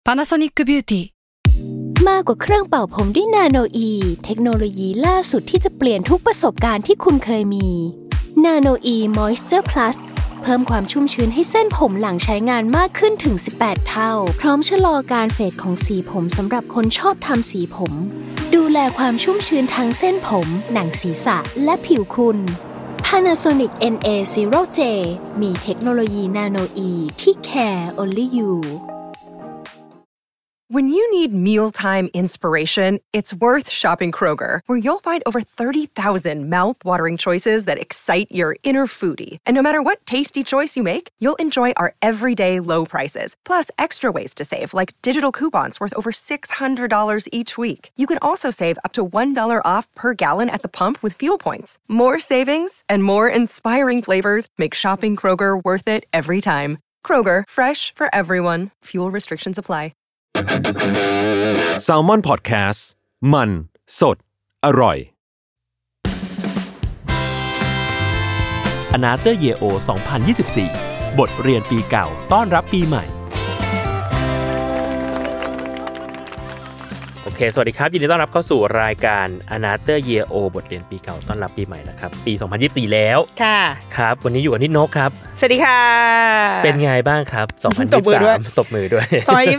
Panasonic Beauty มากกว่าเครื่องเป่าผมด้วยนาโนอีเทคโนโลยีล่าสุดที่จะเปลี่ยนทุกประสบการณ์ที่คุณเคยมีนาโนอีมอยส์เจอร์พลัสเพิ่มความชุ่มชื้นให้เส้นผมหลังใช้งานมากขึ้นถึง18เท่าพร้อมชะลอการเฟดของสีผมสำหรับคนชอบทำสีผมดูแลความชุ่มชื้นทั้งเส้นผมหนังศีรษะและผิวคุณ Panasonic NA0J มีเทคโนโลยีนาโนอีที่ care only you When you need mealtime inspiration, it's worth shopping Kroger, where you'll find over 30,000 mouth-watering choices that excite your inner foodie. And no matter what tasty choice you make, you'll enjoy our everyday low prices, plus extra ways to save, like digital coupons worth over $600 each week. You can also save up to $1 off per gallon at the pump with fuel points. More savings and more inspiring flavors make shopping Kroger worth it every time. Kroger, fresh for everyone. Fuel restrictions apply. Salmon Podcast มันสดอร่อย Another Year O 2024 บทเรียนปีเก่าต้อนรับปีใหม่โอเคสวัสดีครับยินดีต้อนรับเข้าสู่รายการ Another Year O บทเรียนปีเก่าต้อนรับปีใหม่นะครับปี2024แล้วค่ะครับวันนี้อยู่กับพี่นกครับสวัสดีค่ะเป็นไงบ้างครับ2023ตบมือด้วย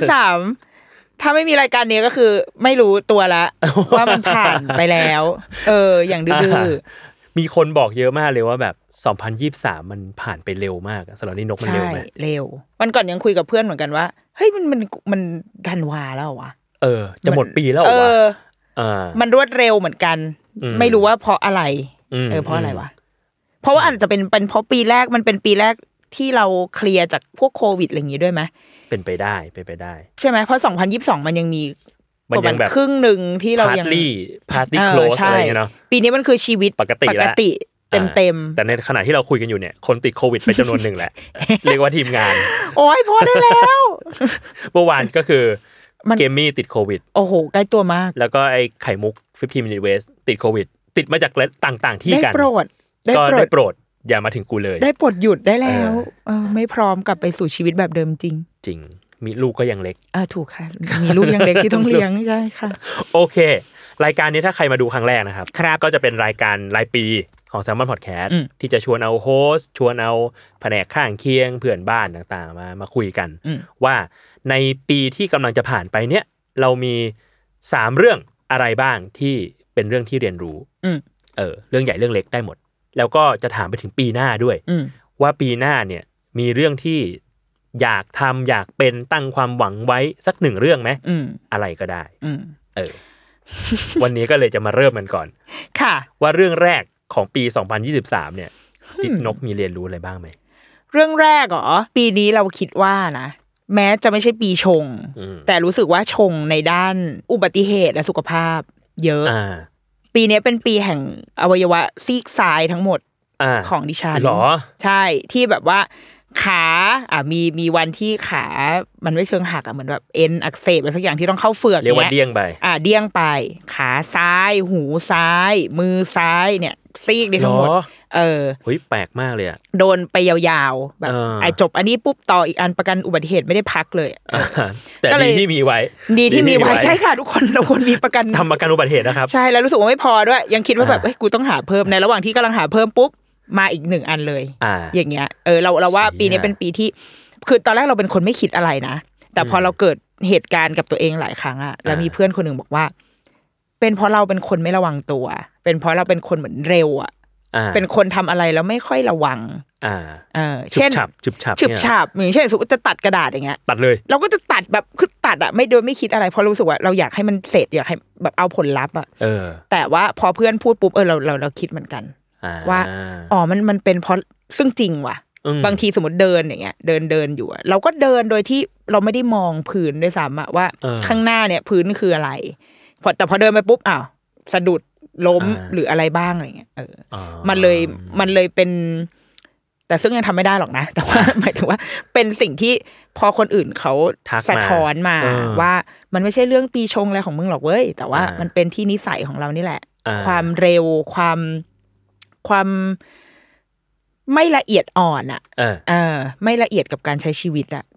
2023ถ้าไม่มีรายการนี้ก็คือไม่รู้ตัวละว่ามันผ่านไปแล้วอย่างดื้อมีคนบอกเยอะมากเลยว่าแบบ2023มันผ่านไปเร็วมากสำหรับนี่นกมันเร็วมั้ยเร็ววันก่อนยังคุยกับเพื่อนเหมือนกันว่าเฮ้ยมันธันวาแล้ววะจะหมดปีแล้ววะมันรวดเร็วเหมือนกันไม่รู้ว่าเพราะอะไรเพราะอะไรวะเพราะว่าอาจจะเป็นเพราะปีแรกมันเป็นปีแรกที่เราเคลียร์จากพวกโควิดอะไรอย่างงี้ด้วยมั้ยเป็นไปได้ใช่มั้ยเพราะ2022มันยังมีประมาณครึ่งนึงที่เรายังพาร์ตี้โคลสอะไรอย่างเงี้ยเนาะปีนี้มันคือชีวิตปกติเต็มแต่ในขณะที่เราคุยกันอยู่เนี่ยคนติดโควิดไปจำนวนนึงแหละเรียกว่าทีมงานโอ๊ยพอได้แล้วเมื่อวานก็คือเกมมี่ติดโควิดโอ้โหใกล้ตัวมากแล้วก็ไอ้ไข่มุก15 minute waste ติดโควิดติดมาจากต่างๆที่กันก็ได้โปรดอย่ามาถึงกูเลยได้ปลดหยุดได้แล้วไม่พร้อมกลับไปสู่ชีวิตแบบเดิมจริงมีลูกก็ยังเล็กถูกค่ะมีลูกยังเล็กที่ต้องเลี้ยงใช่ค่ะโอเครายการนี้ถ้าใครมาดูครั้งแรกนะครับก็จะเป็นรายการรายปีของ Salmon Podcast ที่จะชวนเอาโฮสต์ชวนเอาแผนกข้างเคียงเพื่อนบ้านต่างๆมาคุยกันว่าในปีที่กำลังจะผ่านไปเนี้ยเรามี3เรื่องอะไรบ้างที่เป็นเรื่องที่เรียนรู้เรื่องใหญ่เรื่องเล็กได้หมดแล้วก็จะถามไปถึงปีหน้าด้วยว่าปีหน้าเนี่ยมีเรื่องที่อยากทำอยากเป็นตั้งความหวังไว้สัก1เรื่องไหมอะไรก็ได้วันนี้ก็เลยจะมาเริ่มกันก่อนค่ะว่าเรื่องแรกของปี2023เนี่ยพี่นกมีเรียนรู้อะไรบ้างไหมเรื่องแรกเหรอปีนี้เราคิดว่านะแม้จะไม่ใช่ปีชงแต่รู้สึกว่าชงในด้านอุบัติเหตุและสุขภาพเยอะปีนี้เป็นปีแห่งอวัยวะซีกซ้ายทั้งหมดของดิฉันหรอใช่ที่แบบว่าขามีวันที่ขามันไม่เชิงหักเหมือนแบบเอ็นอักเสบอะไรสักอย่างที่ต้องเข้าเฝือกเรียกว่าเดี้ยงไปเดี้ยงไปขาซ้ายหูซ้ายมือซ้ายเนี่ยซีกได้ทั้งหมดเฮ้ยแปลกมากเลยอ่ะโดนไปยาวๆแบบจบอันนี้ปุ๊บต่ออีกอันประกันอุบัติเหตุไม่ได้พักเลยแต่ดีที่มีไว้ใช่ค่ะทุกคนเราควรมีประกันทำประกันอุบัติเหตุนะครับใช่แล้วรู้สึกว่าไม่พอด้วยยังคิดว่าแบบกูต้องหาเพิ่มในระหว่างที่กำลังหาเพิ่มปุ๊บมาอีก1อันเลยอย่างเงี้ยเราว่าปีนี้เป็นปีที่คือตอนแรกเราเป็นคนไม่คิดอะไรนะแต่พอเราเกิดเหตุการณ์กับตัวเองหลายครั้งแล้วมีเพื่อนคนนึงบอกว่าเป็นเพราะเราเป็นคนไม่ระวังตัวเป็นเพราะเราเป็นคนเหมือนเร็วเป็นคนทำอะไรแล้วไม่ค่อยระวังเช่นฉึบฉับอย่างเช่นสมมติจะตัดกระดาษอย่างเงี้ยตัดเลยเราก็จะตัดแบบคือตัดไม่โดยไม่คิดอะไรเพราะรู้สึกว่าเราอยากให้มันเสร็จอยากให้แบบเอาผลลัพธ์แต่ว่าพอเพื่อนพูดปุ๊บเราคิดเหมือนกันว่ามันเป็นเพราะซึ่งจริงว่ะบางทีสมมติเดินอย่างเงี้ยเดินอยู่เราก็เดินโดยที่เราไม่ได้มองพื้นด้วยซ้ำว่าข้างหน้าเนี่ยพื้นคืออะไรแต่พอเดินไปปุ๊บสะดุดล้มหรืออะไรบ้างอะไรเงี้ยมันเลยเป็นแต่ซึ่งยังทำไม่ได้หรอกนะแต่ว่าหมายถึงว่าเป็นสิ่งที่พอคนอื่นเขาสะท้อนมาว่ามันไม่ใช่เรื่องปีชงอะไรของมึงหรอกเว้ยแต่ว่ามันเป็นที่นิสัยของเรานี่แหละความเร็วความไม่ละเอียดอ่อนไม่ละเอียดกับการใช้ชีวิต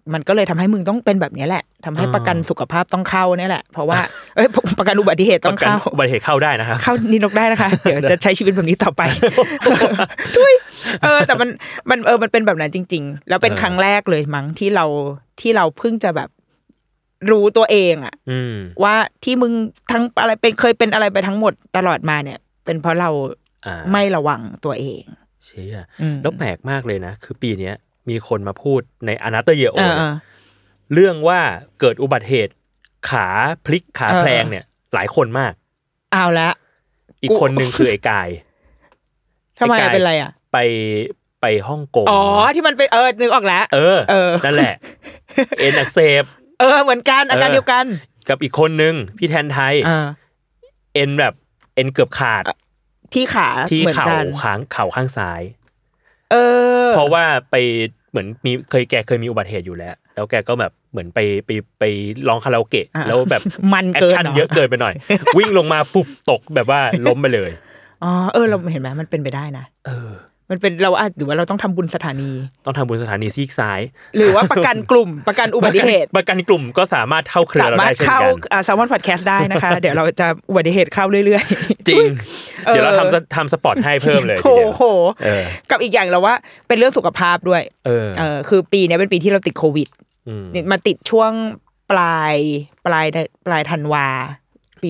มันก็เลยทำให้มึงต้องเป็นแบบนี้แหละทำให้ประกันสุขภาพต้องเข้านี่แหละเพราะว่าประกันอุบัติเหตุต้องเข้าอุบัติเหตุเข้าได้นะคะเข้านินกได้นะคะเดี๋ยวจะใช้ชีวิตแบบนี้ต่อไปทุยแต่มันเป็นแบบนั้นจริงๆแล้วเป็นครั้งแรกเลยมั้งที่เราเพิ่งจะแบบรู้ตัวเองอ่ะว่าที่มึงทั้งอะไรเคยเป็นอะไรไปทั้งหมดตลอดมาเนี่ยเป็นเพราะเราไม่ระวังตัวเองเชี่ยแล้วแปลกมากเลยนะคือปีนี้มีคนมาพูดใน Another Year Old เรื่องว่าเกิดอุบัติเหตุขาพลิกขาแพลงเนี่ยหลายคนมากเอาละอีกคนนึงคือไอ้กายทำไมเป็นไรอ่ะไปฮ่องกงอ๋อที่มันไปนึกออกแล้วนั่นแหละเอ็นอักเสบเหมือนกันอาการเดียวกันกับอีกคนนึงพี่แทนไทยเอ็นแบบเอ็นเกือบขาดที่ขาเหมือนกันเข่าข้างซ้ายเพราะว่าไปเหมือนแกเคยมีอุบัติเหตุอยู่แล้วแกก็แบบเหมือนไปร้องคาราโอเกะแล้วแบบมันเกินเยอะเกินไปหน่อยวิ่งลงมาปุ๊บตกแบบว่าล้มไปเลยเราเห็นไหมมันเป็นไปได้นะมันเป็นเราหรือว่าเราต้องทำบุญสถานีซีกซ้ายหรือว่าประกันกลุ่มประกันอุบัติเหตุประกันกลุ่มก็สามารถเข้าเครือเราได้เช่นกันเข้าSalmon Podcast ได้นะคะเดี๋ยวเราจะอุบัติเหตุเข้าเรื่อยๆจริงเดี๋ยวเราทำสปอตให้เพิ่มเลยโอ้โหกับอีกอย่างเราว่าเป็นเรื่องสุขภาพด้วยคือปีนี้เป็นปีที่เราติดโควิดมาติดช่วงปลายธันวาปี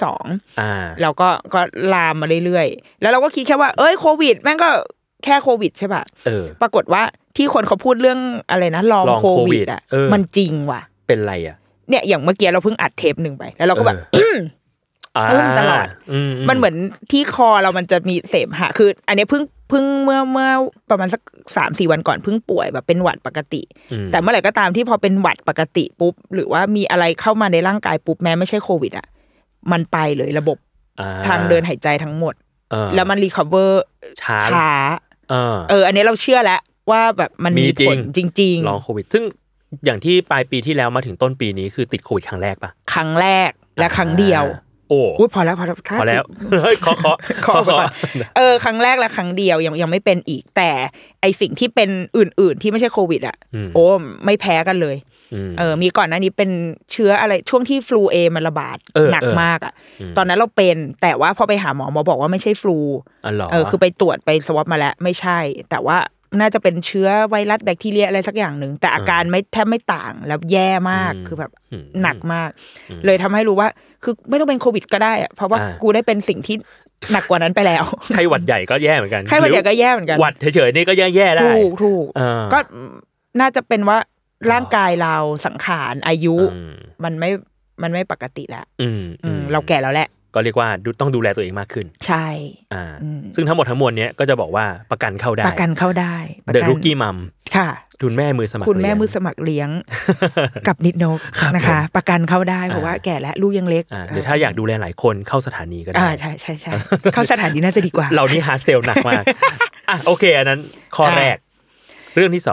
2022แล้วก็ลามมาเรื่อยๆแล้วเราก็คิดแค่ว่าโควิดแม่งก็แค่โควิดใช่ป่ะปรากฏว่าที่คนเขาพูดเรื่องอะไรนะลองโควิดอ่ะมันจริงว่ะเป็นไรอ่ะเนี่ยอย่างเมื่อกี้เราเพิ่งอัดเทปนึงไปแล้วเราก็แบบตลอดมันเหมือนที่คอเรามันจะมีเสมหะคืออันนี้เพิ่งเมื่อประมาณสัก 3-4 วันก่อนเพิ่งป่วยแบบเป็นหวัดปกติแต่เมื่อไหร่ก็ตามที่พอเป็นหวัดปกติปุ๊บหรือว่ามีอะไรเข้ามาในร่างกายปุ๊บแม้ไม่ใช่โควิดอ่ะมันไปเลยระบบทางเดินหายใจทั้งหมดแล้วมันรีคัฟเวอร์ช้าอันนี้เราเชื่อแล้วว่าแบบมันมีผลจริงๆลองโควิดซึ่งอย่างที่ปลายปีที่แล้วมาถึงต้นปีนี้คือติดโควิดครั้งแรกป่ะครั้งแรกและครั้งเดียวพอแล้วขอก่อนครั้งแรกและครั้งเดียวยังไม่เป็นอีกแต่ไอสิ่งที่เป็นอื่นๆที่ไม่ใช่โควิดอ่ะไม่แพ้กันเลยมีก่อนหน้านี้เป็นเชื้ออะไรช่วงที่ฟลูมันระบาดหนักมากอ่ะตอนนั้นเราเป็นแต่ว่าพอไปหาหมอบอกว่าไม่ใช่ฟลูคือไปตรวจไปสวอปมาแล้วไม่ใช่แต่ว่าน่าจะเป็นเชื้อไวรัสแบคทีเรียอะไรสักอย่างนึงแต่อาการแทบไม่ต่างแล้วแย่มากคือแบบหนักมากเลยทำให้รู้ว่าคือไม่ต้องเป็นโควิดก็ได้อะเพราะว่ากูได้เป็นสิ่งที่หนักกว่านั้นไปแล้วไข้หวัดใหญ่ก็แย่เหมือนกันไข้หวัดใหญ่ก็แย่เหมือนกันหวัดเฉยๆนี่ก็แย่ได้ถูกก็น่าจะเป็นว่าร่างกายเราสังขารอายุมันไม่ปกติแล้วเราแก่แล้วแหละก็เรียกว่าต้องดูแลตัวเองมากขึ้นใช่ซึ่งทั้งหมดทั้งมวลเนี้ยก็จะบอกว่าประกันเข้าได้เดอะรุกี้มัมค่ะคุณแม่มือสมัครเลี้ยงกับนิดนกนะคะประกันเข้าได้เพราะว่าแก่แล้วลูกยังเล็กเดี๋ยวถ้าอยากดูแลหลายคนเข้าสถานีก็ได้ใช่เข้าสถานีน่าจะดีกว่าเรานี่ฮาร์ดเซลหนักมากโอเคอันนั้นข้อแรกเรื่องที่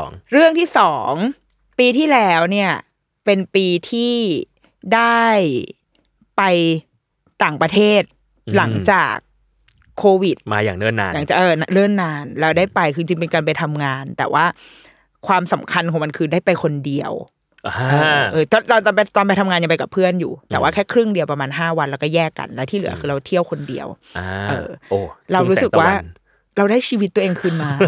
2ปีที่แล้วเนี่ยเป็นปีที่ได้ไปต่างประเทศหลังจากโควิดมาอย่างเนิ่นนานหลังจากเนิ่นนานเราได้ไปคือจริงเป็นการไปทำงานแต่ว่าความสำคัญของมันคือได้ไปคนเดียวตอนไปทำงานยังไปกับเพื่อนอยู่แต่ว่าแค่ครึ่งเดียวประมาณ5วันแล้วก็แยกกันแล้วที่เหลือคือเราเที่ยวคนเดียวเรารู้สึกว่าเราได้ชีวิตตัวเองคืนมา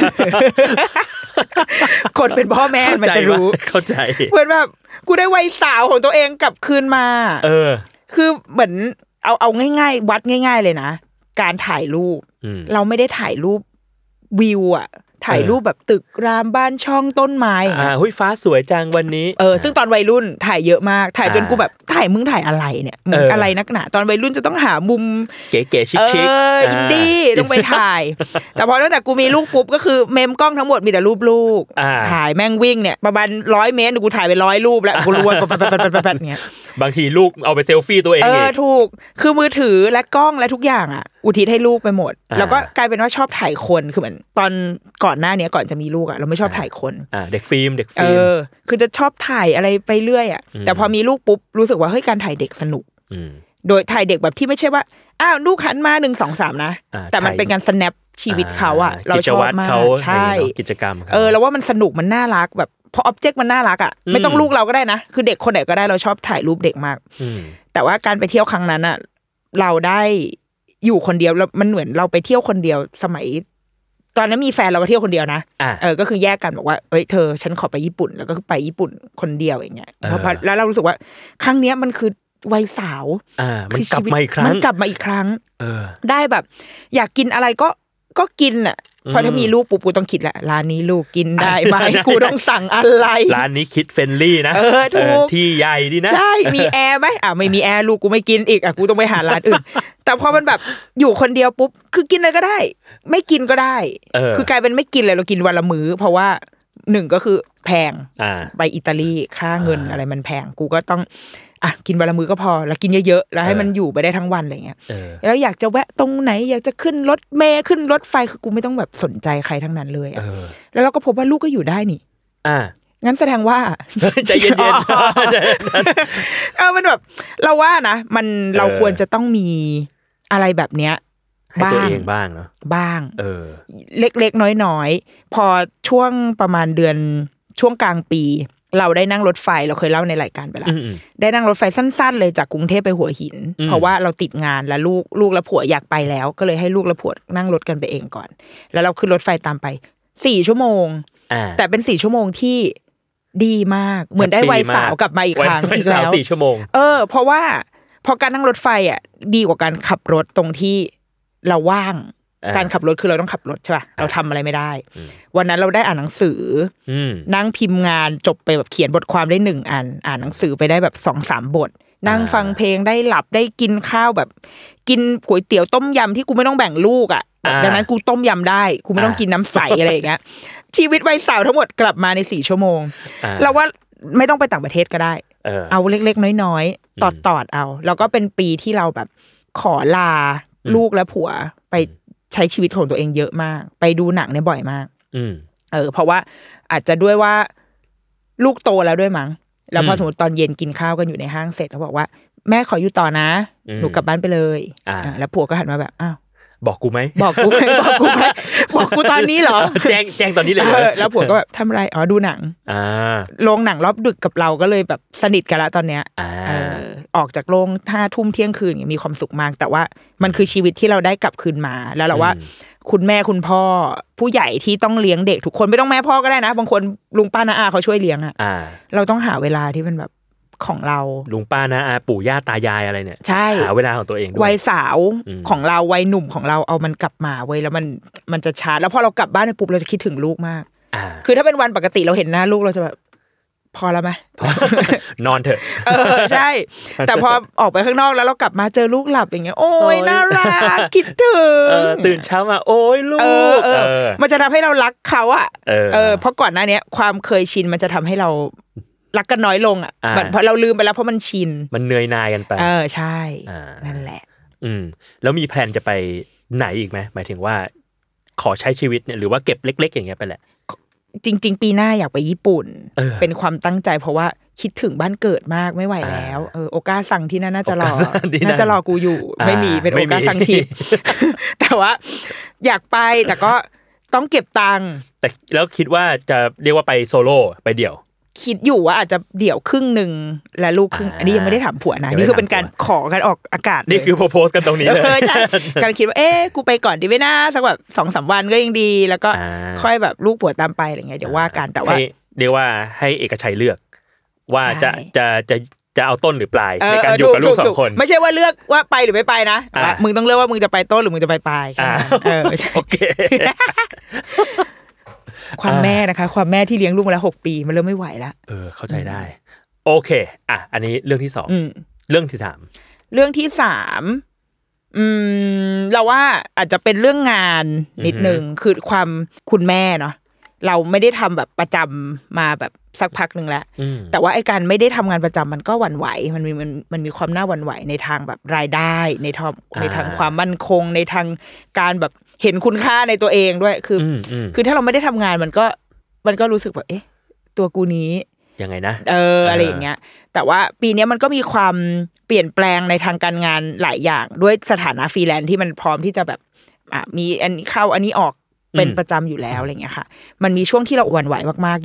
คนเป็นพ่อแม่มันจะรู้เข้าใจเหมือนแบบกูได้วัยสาวของตัวเองกลับคืนมาคือเหมือนเอาง่ายๆวัดง่ายๆเลยนะการถ่ายรูปเราไม่ได้ถ่ายรูปวิวอ่ะถ่ายรูปแบบตึกรามบ้านช่องต้นไม้หุ้ยฟ้าสวยจังวันนี้ซึ่งตอนวัยรุ่นถ่ายเยอะมากถ่ายจนกูแบบมึงถ่ายอะไรเนี่ยมึงอะไรนักหนาตอนวัยรุ่นจะต้องหามุมเก๋ๆชิคๆอินดี้ลงไปถ่ายแต่พอตั้งแต่กูมีลูกปุ๊บก็คือเมมกล้องทั้งหมดมีแต่รูปลูกถ่ายแม่งวิ่งเนี่ยประมาณ100 เมตรกูถ่ายไป100 รูปแล้วกูรู้ว่าแบบเงี้ยบางทีลูกเอาไปเซลฟี่ตัวเองถูกคือมือถือและกล้องและทุกอย่างอ่ะอุทิศให้ลูกไปหมดแล้วก็กลายเป็นว่าชอบถ่ายคนคือเหมือนตอนก่อนหน้านี้ก่อนจะมีลูกอ่ะเราไม่ชอบถ่ายคนเด็กฟิล์มคือจะชอบถ่ายอะไรไปเรื่อยอ่ะแต่พอมีลูกปุ๊บรู้สึกว่าเฮ้ยการถ่ายเด็กสนุกโดยถ่ายเด็กแบบที่ไม่ใช่ว่าลูกหันมา1 2 3นะแต่มันเป็นการsnapชีวิตเขาอ่ะเราชอบมากใช่กิจกรรมแล้วว่ามันสนุกมันน่ารักแบบพออ็อบเจกต์มันน่ารักอ่ะไม่ต้องลูกเราก็ได้นะคือเด็กคนไหนก็ได้เราชอบถ่ายรูปเด็กมากแต่ว่าการไปเที่ยวครั้งนั้นอ่ะเราได้อยู่คนเดียวแล้วมันเหมือนเราไปเที่ยวคนเดียวสมัยตอนนั้นมีแฟนเราก็เที่ยวคนเดียวนะก็คือแยกกันบอกว่าเอ้ยเธอฉันขอไปญี่ปุ่นแล้วก็ไปญี่ปุ่นคนเดียวอย่างเงี้ยแล้วเรารู้สึกว่าครั้งเนี้ยมันคือวัยสาวมันกลับมาอีกครั้งมันกลับมาอีกครั้งได้แบบอยากกินอะไรก็กินอ่ะพอถ้ามีลูกปุ๊บกูต้องคิดแหละร้านนี้ลูกกินได้ไหมกูต้องสั่งอะไรร้านนี้คิดเฟรนลี่นะถูกที่ใหญ่ดีนะใช่มีแอร์ไหมไม่มีแอร์ลูกกูไม่กินอีกกูต้องไปหาร้านอื่นแต่พอมันแบบอยู่คนเดียวปุ๊บคือกินอะไรก็ได้ไม่กินก็ได้คือกลายเป็นไม่กินเลยเรากินวันละมื้อเพราะว่า1ก็คือแพงไปอิตาลีค่าเงินอะไรมันแพงกูก็ต้องกินวันละมื้อก็พอแล้วกินเยอะๆแล้วให้มันอยู่ไปได้ทั้งวันอะไรเงี้ยแล้วอยากจะแวะตรงไหนอยากจะขึ้นรถเมล์ขึ้นรถไฟคือกูไม่ต้องแบบสนใจใครทั้งนั้นเลยแล้วเราก็พบว่าลูกก็อยู่ได้นี่งั้นแสดงว่าใจเย็นๆมันแบบเราว่านะมันเราควรจะต้องมีอะไรแบบเนี้ยให้ตัวเองบ้างเนาะบ้างเล็กๆน้อยๆพอช่วงประมาณเดือนช่วงกลางปีเราได้นั่งรถไฟเราเคยเล่าในรายการไปแล้วได้นั่งรถไฟสั้นๆเลยจากกรุงเทพไปหัวหินเพราะว่าเราติดงานแล้วลูกและผัวอยากไปแล้วก็เลยให้ลูกและผัวนั่งรถกันไปเองก่อนแล้วเราขึ้นรถไฟตามไป4ชั่วโมงแต่เป็น4ชั่วโมงที่ดีมากเหมือนได้วัยสาวกลับมาอีกครั้งอีกแล้ว 4ชั่วโมงเพราะว่าพอการนั่งรถไฟดีกว่าการขับรถตรงที่เราว่างการขับรถคือเราต้องขับรถใช่ป่ะเราทำอะไรไม่ได้วันนั้นเราได้อ่านหนังสือนั่งพิมพ์งานจบไปแบบเขียนบทความได้1อันอ่านหนังสือไปได้แบบ 2-3 บทนั่งฟังเพลงได้หลับได้กินข้าวแบบกินก๋วยเตี๋ยวต้มยำที่กูไม่ต้องแบ่งลูกดังนั้นกูต้มยำได้กูไม่ต้องกินน้ำใสอะไรอย่างเงี้ยชีวิตวัยสาวทั้งหมดกลับมาใน4ชั่วโมงเราว่าไม่ต้องไปต่างประเทศก็ได้เอาเล็กๆน้อยๆตอดเอาแล้วก็เป็นปีที่เราแบบขอลาลูกและผัวไปใช้ชีวิตของตัวเองเยอะมากไปดูหนังเนี่ยบ่อยมากเพราะว่าอาจจะด้วยว่าลูกโตแล้วด้วยมั้งแล้วพอสมมติตอนเย็นกินข้าวกันอยู่ในห้างเสร็จเขาบอกว่าแม่ขออยู่ต่อนะหนูกลับบ้านไปเลยแล้วผัวก็หันมาแบบอ้าวบอกกูไหมบอกกูตอนนี้เหรอแจ้งตอนนี้เลยแล้วผัวก็แบบทำอะไรดูหนังโรงหนังรอบดึกกับเราก็เลยแบบสนิทกันละตอนเนี้ยออกจากโรง5 ทุ่มเที่ยงคืนมีความสุขมากแต่ว่ามันคือชีวิตที่เราได้กลับคืนมาแล้วเราว่าคุณแม่คุณพ่อผู้ใหญ่ที่ต้องเลี้ยงเด็กทุกคนไม่ต้องแม่พ่อก็ได้นะบางคนลุงป้าน้าอาเขาช่วยเลี้ยงเราต้องหาเวลาที่เป็นแบบของเราลุงป้าน้าอาปู่ย่าตายายอะไรเนี่ยหาเวลาของตัวเองด้วยวัยสาวของเราวัยหนุ่มของเราเอามันกลับมาเว้ยแล้วมันจะชาร์จแล้วพอเรากลับบ้านไปปุ๊บเราจะคิดถึงลูกมากคือถ้าเป็นวันปกติเราเห็นหน้าลูกเราจะแบบพอแล้วไหมนอนเถอะใช่แต่พอออกไปข้างนอกแล้วเรากลับมาเจอลูกหลับอย่างเงี้ยโอ้ยน่ารักคิดถึงตื่นเช้ามาโอ้ยลูกมันจะทำให้เรารักเขาเพราะก่อนหน้านี้ความเคยชินมันจะทำให้เรารักกันน้อยลงเพราะเราลืมไปแล้วเพราะมันชินมันเหนื่อยนายกันไปใช่นั่นแหละแล้วมีแพลนจะไปไหนอีกไหมหมายถึงว่าขอใช้ชีวิตเนี่ยหรือว่าเก็บเล็กๆอย่างเงี้ยไปแหละจริงๆปีหน้าอยากไปญี่ปุ่นเป็นความตั้งใจเพราะว่าคิดถึงบ้านเกิดมากไม่ไหวแล้วโอกาสั่งที่นั่นน่าจะรอกูอยู่ไม่มีเป็นโอกาสั่งทีแต่ว่าอยากไปแต่ก็ต้องเก็บตังค์แต่แล้วคิดว่าจะเรียกว่าไปโซโล่ไปเดี่ยวคิดอยู่ว่าอาจจะเดี่ยวครึ่งนึงและลูกครึ่งอันนี้ยังไม่ได้ถามผัวนะนี่คือเป็นการขอกันออกอากาศนี่คือโพสกันตรงนี้เลยใช่การคิดว่ากูไปก่อนดีไหมนะสักแบบ 2-3 วันก็ยังดีแล้วก็ค่อยแบบลูกผัวตามไปอะไรเงี้ยเดี๋ยวว่ากันแต่ว่าเรียกว่าให้เอกชัยเลือกว่าจะเอาต้นหรือปลายในการอยู่กับลูก2คนไม่ใช่ว่าเลือกว่าไปหรือไม่ไปนะมึงต้องเลือกว่ามึงจะไปต้นหรือมึงจะไปปลายโอเคความแม่นะคะความแม่ที่เลี้ยงลูกมาแล้ว6 ปีมันเริ่มไม่ไหวแล้วเข้าใจได้โอเคอันนี้เรื่องที่2เรื่องที่3 เรื่องที่3เราว่าอาจจะเป็นเรื่องงานนิดนึงคือความคุณแม่เนาะเราไม่ได้ทำแบบประจำมาแบบสักพักนึงแล้วแต่ว่าไอ้การไม่ได้ทำงานประจำมันก็หวั่นไหวมันมีความน่าหวั่นไหวในทางแบบรายได้ในทางความมั่นคงในทางการแบบเห็นคุณค่าในตัวเองด้วยคือถ้าเราไม่ได้ทำงานมันก็รู้สึกแบบตัวกูนี้ยังไงนะอะไรอย่างเงี้ยแต่ว่าปีนี้มันก็มีความเปลี่ยนแปลงในทางการงานหลายอย่างด้วยสถานะฟรีแลนซ์ที่มันพร้อมที่จะแบบมีอันนี้เข้าอันนี้ออกเป็นประจำอยู่แล้วอะไรเงี้ยค่ะมันมีช่วงที่เราหวั่นไหวมากๆอยู่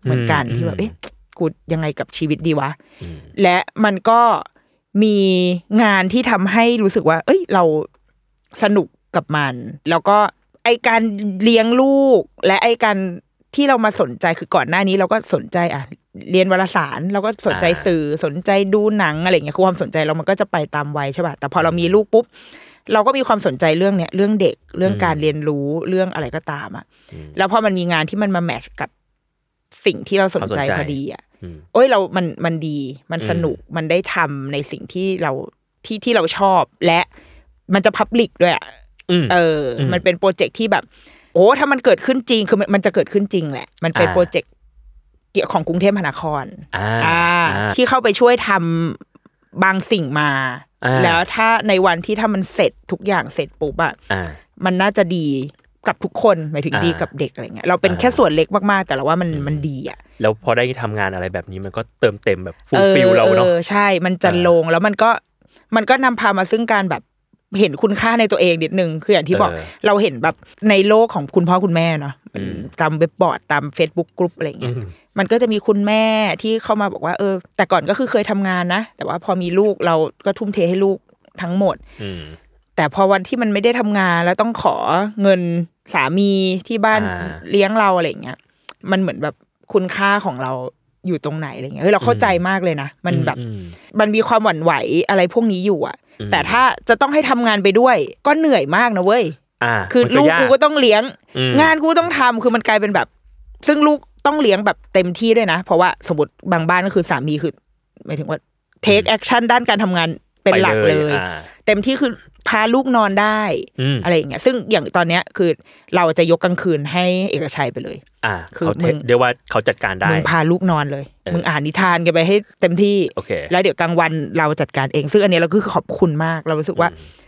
เหมือนกันที่แบบกูยังไงกับชีวิตดีวะและมันก็มีงานที่ทำให้รู้สึกว่าเราสนุกกับมันแล้วก็ไอการเลี้ยงลูกและไอการที่เรามาสนใจคือก่อนหน้านี้เราก็สนใจเรียนวารสารเราก็สนใจสื่อสนใจดูหนังอะไรอย่างเงี้ยความสนใจเรามันก็จะไปตามวัยใช่ป่ะแต่พอเรามีลูกปุ๊บเราก็มีความสนใจเรื่องเนี้ยเรื่องเด็กเรื่องการเรียนรู้เรื่องอะไรก็ตามแล้วพอมันมีงานที่มันมาแมทช์กับสิ่งที่เราสนใจพอดีมันดีมันสนุกมันได้ทำในสิ่งที่เราชอบและมันจะพับลิกด้วยมันเป็นโปรเจกต์ที่แบบถ้ามันเกิดขึ้นจริงคือมันจะเกิดขึ้นจริงแหละมันเป็นโปรเจกต์เกี่ยวของกรุงเทพมหานครที่เข้าไปช่วยทำบางสิ่งมาแล้วถ้าในวันที่ถ้ามันเสร็จทุกอย่างเสร็จปุ๊บมันน่าจะดีกับทุกคนหมายถึงดีกับเด็กอะไรเงี้ยเราเป็นแค่ส่วนเล็กมากๆแต่เราว่ามันดีแล้วพอได้ทำงานอะไรแบบนี้มันก็เติมเต็มแบบฟูลฟิลเราเนาะใช่มันจะลงแล้วมันก็นำพามาซึ่งการแบบเห็นคุณค่าในตัวเองนิดนึงคืออย่างที่บอกเราเห็นแบบในโลกของคุณพ่อคุณแม่เนาะตามเว็บบอร์ดตาม Facebook กรุ๊ปอะไรเงี้ยมันก็จะมีคุณแม่ที่เข้ามาบอกว่าแต่ก่อนก็คือเคยทำงานนะแต่ว่าพอมีลูกเราก็ทุ่มเทให้ลูกทั้งหมดแต่พอวันที่มันไม่ได้ทำงานแล้วต้องขอเงินสามีที่บ้านเลี้ยงเราอะไรเงี้ยมันเหมือนแบบคุณค่าของเราอยู่ตรงไหนอะไรเงี้ยเราเข้าใจมากเลยนะมันแบบมันมีความหวั่นไหวอะไรพวกนี้อยู่แต่ถ้าจะต้องให้ทำงานไปด้วยก็เหนื่อยมากนะเว้ยคือลูกกูก็ต้องเลี้ยงงานกูต้องทำคือมันกลายเป็นแบบซึ่งลูกต้องเลี้ยงแบบเต็มที่ด้วยนะเพราะว่าสมมติบางบ้านก็คือสามีคือหมายถึงว่า take action ด้านการทำงานเป็นหลักเลยเต็มที่คือพาลูกนอนได้อะไรอย่างเงี้ยซึ่งอย่างตอนเนี้ยคือเราจะยกกลางคืนให้เอกชัยไปเลยคือมึงเดี๋ยวว่าเขาจัดการได้มึงพาลูกนอนเลยมึงอ่านนิทานกันไปให้เต็มที่แล้วเดี๋ยวกลางวันเราจัดการเองซึ่งอันนี้เราก็คือขอบคุณมากเรารู้สึกว่า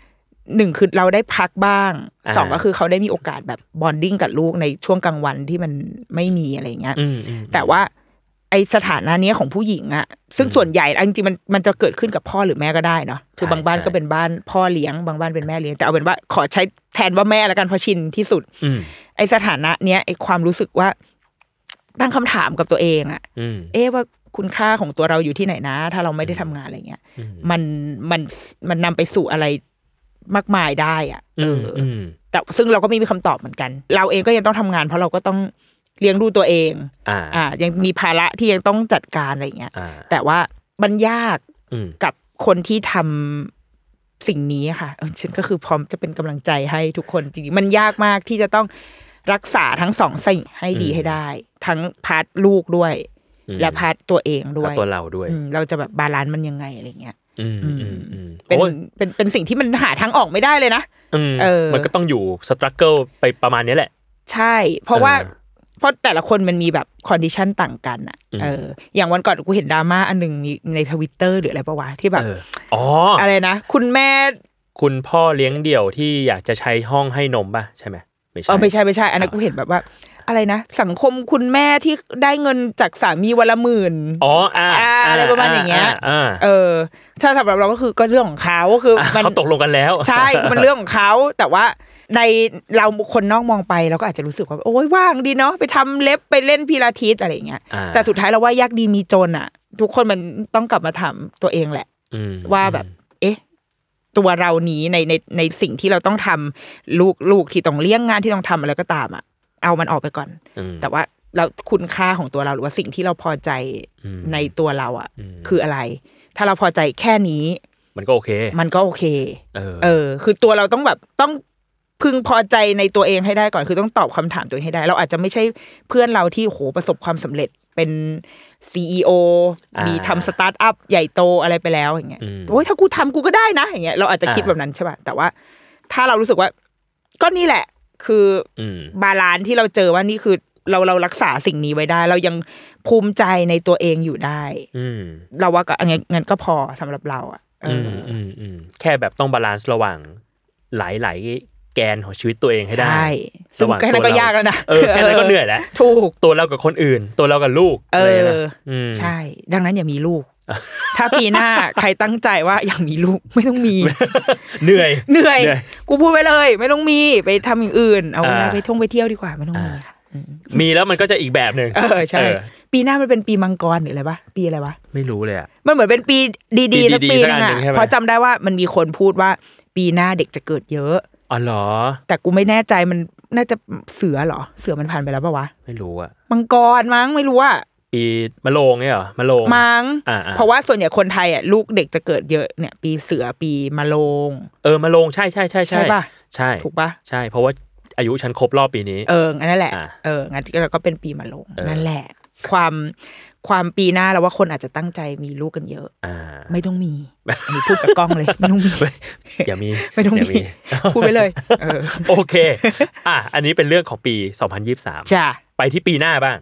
1คือเราได้พักบ้าง2ก็คือเขาได้มีโอกาสแบบบอนดิ้งกับลูกในช่วงกลางวันที่มันไม่มีอะไรอย่างเงี้ยแต่ว่าไอสถานะเนี้ยของผู้หญิงอะซึ่งส่วนใหญ่จริงๆมันจะเกิดขึ้นกับพ่อหรือแม่ก็ได้เนาะคือบางบ้านก็เป็นบ้านพ่อเลี้ยงบางบ้านเป็นแม่เลี้ยงแต่เอาเป็นว่าขอใช้แทนว่าแม่ละกันเพราะชินที่สุดไอสถานะเนี้ยไอความรู้สึกว่าตั้งคำถามกับตัวเองอะว่าคุณค่าของตัวเราอยู่ที่ไหนนะถ้าเราไม่ได้ทำงานอะไรเงี้ยมันนำไปสู่อะไรมากมายได้อ่ะแต่ซึ่งเราก็ไม่มีคำตอบเหมือนกันเราเองก็ยังต้องทำงานเพราะเราก็ต้องเลี้ยงดูตัวเองยังมีภาระที่ยังต้องจัดการอะไรเงี้ยแต่ว่ามันยากกับคนที่ทำสิ่งนี้ค่ะฉันก็คือพร้อมจะเป็นกำลังใจให้ทุกคนจริงๆมันยากมากที่จะต้องรักษาทั้งสองสิ่งให้ดีให้ได้ทั้งพาร์ทลูกด้วยและพาร์ทตัวเองด้วยตัวเราด้วยเราจะแบบบาลานซ์มันยังไงอะไรเงี้ยเป็นสิ่งที่มันหาทางออกไม่ได้เลยนะมันก็ต้องอยู่สตรักเกิลไปประมาณนี้แหละใช่เพราะแต่ละคนมันมีแบบคอนดิชันต่างกันอ่ะอย่างวันก่อนกูเห็นดราม่าอันนึงใน Twitter หรืออะไรป่ะวะที่แบบอะไรนะคุณแม่คุณพ่อเลี้ยงเดี่ยวที่อยากจะใช้ห้องให้นมป่ะใช่ไหมไม่ใช่อันนั้นกูเห็นแบบว่าอะไรนะสังคมคุณแม่ที่ได้เงินจากสามีวันละ10,000อะไรประมาณอย่างเงี้ยถ้าสำหรับเราก็คือก็เรื่องของเขาคือเขาตกลงกันแล้วใช่มันเรื่องของเขาแต่ว่าในเราคนนอกมองไปเราก็อาจจะรู้สึกว่าโอ๊ยว่างดีเนาะไปทำเล็บไปเล่นพิลาทิสอะไรอย่างเงี้ยแต่สุดท้ายเราว่ายากดีมีจนอ่ะทุกคนมันต้องกลับมาถามตัวเองแหละว่าแบบตัวเรานี้ในสิ่งที่เราต้องทำลูกที่ต้องเลี้ยงงานที่ต้องทำอะไรก็ตามอ่ะเอามันออกไปก่อนแต่ว่าเราคุณค่าของตัวเราหรือว่าสิ่งที่เราพอใจในตัวเราอ่ะคืออะไรถ้าเราพอใจแค่นี้มันก็โอเคคือตัวเราต้องแบบต้องพึงพอใจในตัวเองให้ได้ก่อนคือต้องตอบคำถามตัวเองให้ได้เราอาจจะไม่ใช่เพื่อนเราที่โหประสบความสำเร็จเป็น CEO มีทำสตาร์ทอัพใหญ่โตอะไรไปแล้วอย่างเงี้ยโอ้ยถ้ากูทำกูก็ได้นะอย่างเงี้ยเราอาจจะคิดแบบนั้นใช่ป่ะแต่ว่าถ้าเรารู้สึกว่าก็นี่แหละคือบาลานซ์ที่เราเจอว่านี่คือเรารักษาสิ่งนี้ไว้ได้เรายังภูมิใจในตัวเองอยู่ได้เราว่าก็งั้นก็พอสำหรับเราอ่ะแค่แบบต้องบาลานซ์ระหว่างหลายแกนของชีวิตตัวเองให้ได้ใช่ซึ่งแค่นั้นก็ยากแล้วนะแค่นั้นก็เหนื่อยแล้วถูกตัวเรากับคนอื่นตัวเรากับลูกอะไรนะใช่ดังนั้นอย่ามีลูกถ้าปีหน้าใครตั้งใจว่าอยากมีลูกไม่ต้องมีเหนื่อยกูพูดไว้เลยไม่ต้องมีไปทำอย่างอื่นเอาเวลาไปท่องไปเที่ยวดีกว่าไม่ต้องมีค่ะมีแล้วมันก็จะอีกแบบนึงใช่ปีหน้ามันเป็นปีมังกรหรืออะไรปะปีอะไรวะไม่รู้เลยอ่ะมันเหมือนเป็นปีดีๆสักปีนึงอ่ะเพราะจำได้ว่ามันมีคนพูดว่าปีหน้าเด็กจะเกิดเยอะอ๋อเหรอแต่กูไม่แน่ใจมันน่าจะเสือเหรอเสือมันผ่านไปแล้วปะวะไม่รู้อ่ะมังกรมั้งไม่รู้อ่ะปีมะโรงเนี่ยเหรอมะโรงมั้งเพราะว่าส่วนใหญ่คนไทยอ่ะลูกเด็กจะเกิดเยอะเนี่ยปีเสือปีมะโรงมะโรงใช่ใช่ป่ะใช่ถูกป่ะใช่เพราะว่าอายุฉันครบรอบปีนี้นั่นแหละงั้นก็เป็นปีมะโรงนั่นแหละความปีหน้าแล้วว่าคนอาจจะตั้งใจมีลูกกันเยอะไม่ต้องมีอันนี้พูดกับกล้องเลยไม่ต้องมีอย่ามีไม่ต้องมีพูดไปเลยโอเคอันนี้เป็นเรื่องของปี2023 จ้ะไปที่ปีหน้าบ้าง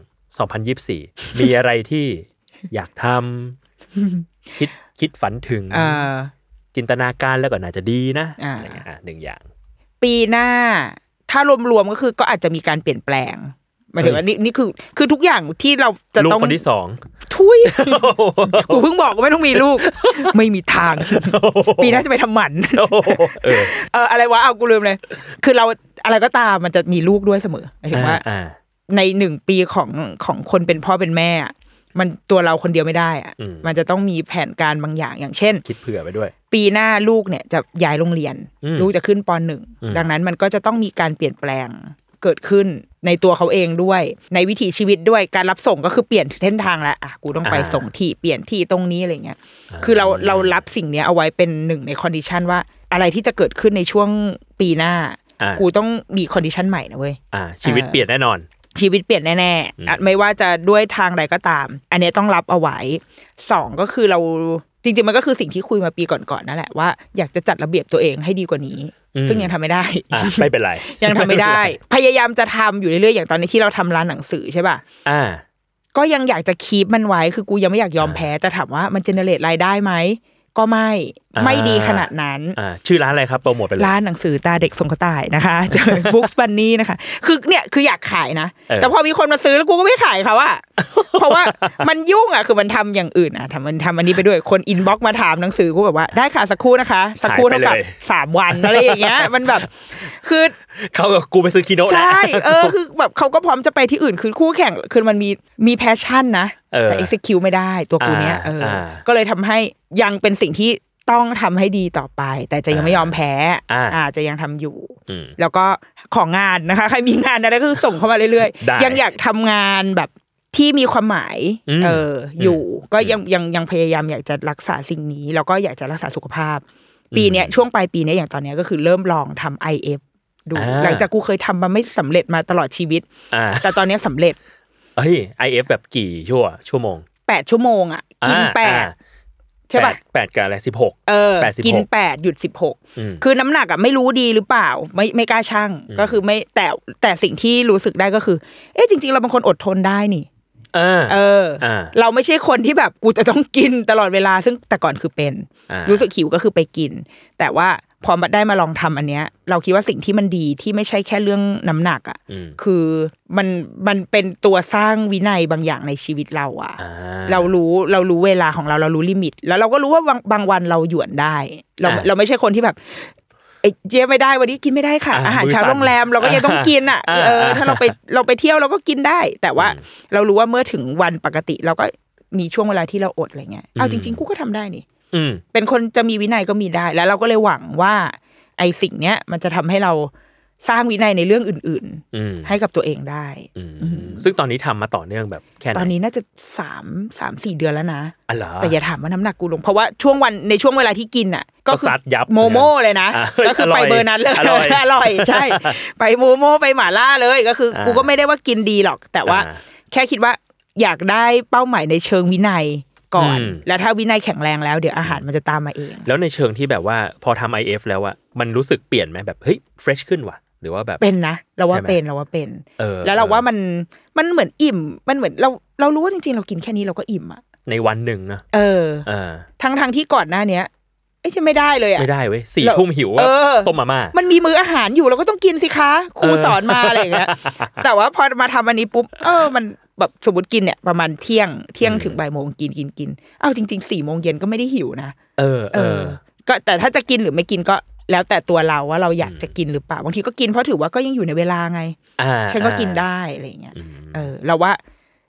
2024มีอะไรที่อยากทำคิดฝันถึงจินตนาการแล้วก็น่าจะดีนะอะไรเงี้ยหนึ่งอย่างปีหน้าถ้ารวมๆก็คือก็อาจจะมีการเปลี่ยนแปลงหมายถึงว่านี่คือทุกอย่างที่เราจะต้องลูกคนที่2 ทุยกูเพิ่งบอกว่าไม่ต้องมีลูกไม่มีทางปีหน้าจะไปทำหมันอะไรวะเอากูลืมเลยคือเราอะไรก็ตามมันจะมีลูกด้วยเสมอหมายถึงว่าใน1ปีของคนเป็นพ่อเป็นแม่มันตัวเราคนเดียวไม่ได้อ่ะมันจะต้องมีแผนการบางอย่างอย่างเช่นคิดเผื่อไปด้วยปีหน้าลูกเนี่ยจะย้ายโรงเรียนลูกจะขึ้นป.1 ดังนั้นมันก็จะต้องมีการเปลี่ยนแปลงเกิดขึ้นในตัวเขาเองด้วยในวิถีชีวิตด้วยการรับส่งก็คือเปลี่ยนเส้นทางแล้วกูต้องไปส่งที่เปลี่ยนที่ตรงนี้อะไรเงี้ยคือเรารับสิ่งนี้เอาไว้เป็นหนึ่งในคอนดิชันว่าอะไรที่จะเกิดขึ้นในช่วงปีหน้ากูต้องมีคอนดิชันใหม่นะเว้ยชีวิตเปลี่ยนแน่นอนชีวิตเปลี่ยนแน่ๆไม่ว่าจะด้วยทางใดก็ตามอันนี้ต้องรับเอาไว้2ก็คือเราจริงๆมันก็คือสิ่งที่คุยมาปีก่อนๆนั่นแหละว่าอยากจะจัดระเบียบตัวเองให้ดีกว่านี้ซึ่งยังทำไม่ได้ไม่เป็นไรยังทำไม่ได้พยายามจะทำอยู่เรื่อยๆอย่างตอนนี้ที่เราทำร้านหนังสือใช่ป่ะก็ยังอยากจะคีปมันไว้คือกูยังไม่อยากยอมแพ้แต่ถามว่ามันเจเนเรตรายได้ไหมก็ไม่ดีขนาดนั้นชื่อร้านอะไรครับโปรโมทไปเลยร้านหนังสือตาเด็กส่งกระต่ายนะคะBooks Bunny นะคะคือเนี่ยคืออยากขายนะแต่พอมีคนมาซื้อแล้วกูก็ไม่ขายเขาอะเพราะว่ามันยุ่งอะคือมันทำอย่างอื่นอะทำอันนี้ไปด้วยคนอินบ็อกซ์มาถามหนังสือกูแบบว่าได้ค่ะสักครู่นะคะสักครู่เท่ากับ3 วันอะไรอย่างเงี้ยมันแบบคือเขากับกูไปซื้อคีโนะใช่คือแบบเขาก็พร้อมจะไปที่อื่นคือคู่แข่งคือมันมีแพชชั่นนะแต่ execute ไม่ได้ตัวกูเนี้ยก็เลยทำให้ยังเป็นสิ่งที่ต้องทำให้ดีต่อไปแต่จะยังไม่ยอมแพ้จะยังทำอยู่แล้วก็ของงานนะคะใครมีงานอะไรก็คือส่งเข้ามาเรื่อยๆยังอยากทำงานแบบที่มีความหมายอยู่ก็ยังพยายามอยากจะรักษาสิ่งนี้แล้วก็อยากจะรักษาสุขภาพปีนี้ช่วงปลายปีนี้อย่างตอนนี้ก็คือเริ่มลองทำ IF ดูหลังจากกูเคยทำมาไม่สำเร็จมาตลอดชีวิตแต่ตอนนี้สำเร็จ IF แบบกี่ชั่วโมง 8 ชั่วโมงอ่ะกิน8ใช่ป่ะ 8กับอะไร16 กิน8หยุด16คือน้ำหนักอ่ะไม่รู้ดีหรือเปล่าไม่กล้าชั่งก็คือไม่แต่สิ่งที่รู้สึกได้ก็คือจริงๆเราเป็นคนอดทนได้นี่เราไม่ใช่คนที่แบบกูจะต้องกินตลอดเวลาซึ่งแต่ก่อนคือเป็นรู้สึกหิวก็คือไปกินแต่ว่าพอได้มาลองทำอันเนี้ยเราคิดว่าสิ่งที่มันดีที่ไม่ใช่แค่เรื่องน้ำหนักอ่ะคือมันเป็นตัวสร้างวินัยบางอย่างในชีวิตเราอ่ะเรารู้เวลาของเรารู้ลิมิตแล้วเราก็รู้ว่าบางวันเราหยวนได้เราไม่ใช่คนที่แบบเจ๊ไม่ได้วันนี้กินไม่ได้ค่ะอาหารเช้าโรงแรมเราก็ยังต้องกินอ่ะถ้าเราไปเที่ยวเราก็กินได้แต่ว่าเรารู้ว่าเมื่อถึงวันปกติเราก็มีช่วงเวลาที่เราอดอะไรเงี้ยเอาจริงๆกูก็ทำได้นี่เป็นคนจะมีวินัยก็มีได้แล้วเราก็เลยหวังว่าไอ้สิ่งเนี้ยมันจะทำให้เราสร้างวินัยในเรื่องอื่นๆให้กับตัวเองได้ซึ่งตอนนี้ทำมาต่อเนื่องแบบแค่ตอนนี้น่าจะ3-4 เดือนแล้วนะแต่อย่าถามว่าน้ำหนักกูลงเพราะว่าในช่วงเวลาที่กินอ่ะก็คือโมโม่เลยนะก็คือไปเบอร์นั้นเลยอร่อยใช่ไปโมโม่ไปหม่าล่าเลยก็คือกูก็ไม่ได้ว่ากินดีหรอกแต่ว่าแค่คิดว่าอยากได้เป้าหมายในเชิงวินัยก่อนแล้วถ้าวินัยแข็งแรงแล้วเดี๋ยวอาหารมันจะตามมาเองแล้วในเชิงที่แบบว่าพอทำ IF แล้วอะมันรู้สึกเปลี่ยนไหมแบบเฮ้ยเฟรชขึ้นว่ะหรือว่าแบบเป็นนะเราว่าเป็นแล้วเราว่ามันเหมือนอิ่มมันเหมือนเรารู้ว่าจริงๆเรากินแค่นี้เราก็อิ่มอะในวันหนึ่งนะทั้งที่ก่อนหน้าเนี้ยจะไม่ได้เลยอะไม่ได้เว้ย4 ทุ่มหิวต้มมาม่ามันมีมื้ออาหารอยู่เราก็ต้องกินสิคะครูสอนมาอะไรอย่างเงี้ยแต่ว่าพอมาทำอันนี้ปุ๊บมันแบบสมมติกินเนี่ยประมาณเที่ยงถึงบ่ายโมงกินจริงๆ 4 โมงเย็นก็ไม่ได้หิวนะก็แต่ถ้าจะกินหรือไม่กินก็แล้วแต่ตัวเราว่าเราอยากจะกินหรือเปล่าบางทีก็กินเพราะถือว่าก็ยังอยู่ในเวลาไงฉันก็กินได้อะไรอย่างเงี้ยเราว่า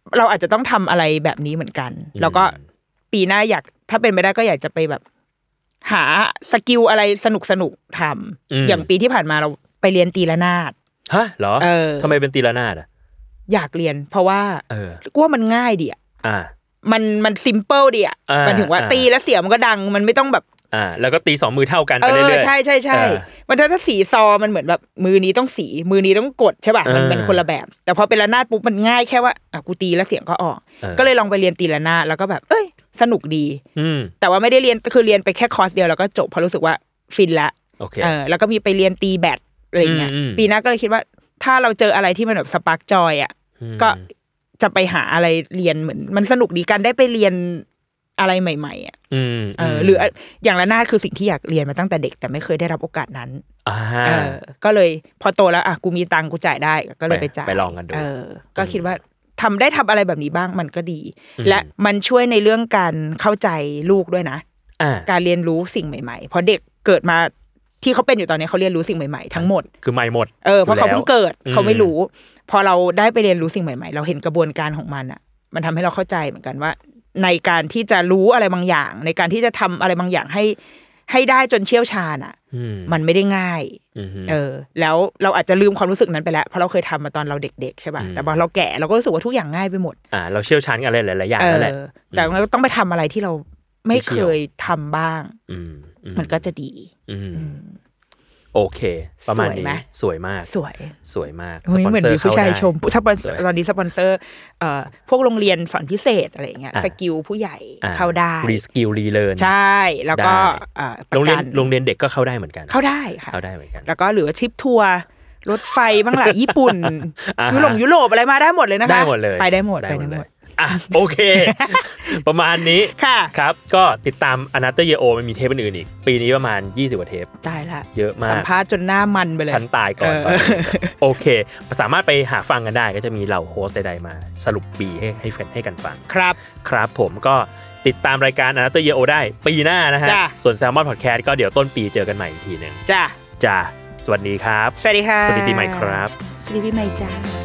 เราอาจจะต้องทำอะไรแบบนี้เหมือนกันแล้วก็ปีหน้าอยากถ้าเป็นไปได้ก็อยากจะไปแบบหาสกิลอะไรสนุกทำอย่างปีที่ผ่านมาเราไปเรียนตีระนาดฮะเหรอทำไมเป็นตีระนาดอ่ะอยากเรียนเพราะว่ากูว่ามันง่ายดีอ่ะมันซิมเปิลดีอ่ะมันถึงว่าตีแล้วเสียงมันก็ดังมันไม่ต้องแบบแล้วก็ตี2มือเท่ากันไปเรื่อยๆใช่มันถ้าสีซอมันเหมือนแบบมือนี้ต้องสีมือนี้ต้องกดใช่ป่ะมันเป็นคนละแบบแต่พอเป็นระนาดปุ๊บมันง่ายแค่ว่ากูตีแล้วเสียงก็ออกก็เลยลองไปเรียนตีระนาดแล้วก็แบบสนุกดีแต่ว่าไม่ได้เรียนคือเรียนไปแค่คอร์สเดียวแล้วก็จบเพราะรู้สึกว่าฟินละแล้วก็มีไปเรียนตีแบดอะไรเงี้ยปีหน้าก็เลยคิดว่าถ้าเราเจออะไรที่มันแบบสปาร์กจอยอ่ะก็จะไปหาอะไรเรียนเหมือนมันสนุกดีกันได้ไปเรียนอะไรใหม่ๆอ่ะหรืออย่างระนาดคือสิ่งที่อยากเรียนมาตั้งแต่เด็กแต่ไม่เคยได้รับโอกาสนั้นก็เลยพอโตแล้วกูมีตังค์กูจ่ายได้ก็เลยไปจ่ายไปลองกันดูก็คิดว่าทำอะไรแบบนี้บ้างมันก็ดีและมันช่วยในเรื่องการเข้าใจลูกด้วยนะการเรียนรู้สิ่งใหม่ๆเพราะเด็กเกิดมาที่เขาเป็นอยู่ตอนนี้เขาเรียนรู้สิ่งใหม่ๆทั้งหมดคือใหม่หมดเพราะเขาเพิ่งเกิดเขาไม่รู้พอเราได้ไปเรียนรู้สิ่งใหม่ๆเราเห็นกระบวนการของมันอ่ะมันทำให้เราเข้าใจเหมือนกันว่าในการที่จะรู้อะไรบางอย่างในการที่จะทำอะไรบางอย่างให้ได้จนเชี่ยวชาญอ่ะมันไม่ได้ง่ายแล้วเราอาจจะลืมความรู้สึกนั้นไปแล้วเพราะเราเคยทำมาตอนเราเด็กๆใช่ป่ะแต่พอเราแก่เราก็รู้สึกว่าทุกอย่างง่ายไปหมดเราเชี่ยวชาญกันอะไรหลายๆอย่างนั่นแหละแต่เราต้องไปทำอะไรที่เราไม่เคยทำบ้างมันก็จะดีโอเคประมาณนี้สวยมากสวยมากเหมือนมีผู้ชายชมถ้าตอนนี้สปอนเซอร์พวกโรงเรียนสอนพิเศษอะไรเงี้ยสกิลผู้ใหญ่เข้าได้รีสกิลรีเลิร์นใช่แล้วก็โรงเรียนเด็กก็เข้าได้เหมือนกันเข้าได้ค่ะเข้าได้เหมือนกันแล้วก็หรือว่าทริปทัวร์รถไฟบ้างล่ะญี่ปุ่นยุโรปอะไรมาได้หมดเลยนะคะได้หมดเลยไปได้หมดโอเคประมาณนี้ครับก็ติดตาม Another Year O มันมีเทปอื่นๆอีกปีนี้ประมาณ20กว่าเทปได้ละเยอะมากสัมภาษณ์จนหน้ามันไปเลยฉันตายก่อนโอเคสามารถไปหาฟังกันได้ก็จะมีเหล่าโฮสต์ใดๆมาสรุปปีให้กันฟังครับผมก็ติดตามรายการ Another Year O ได้ปีหน้านะฮะส่วน Salmon Podcast ก็เดี๋ยวต้นปีเจอกันใหม่อีกทีนึงจ้าสวัสดีครับสวัสดีค่ะสวัสดีปีใหม่ครับสวัสดีปีใหม่จ้า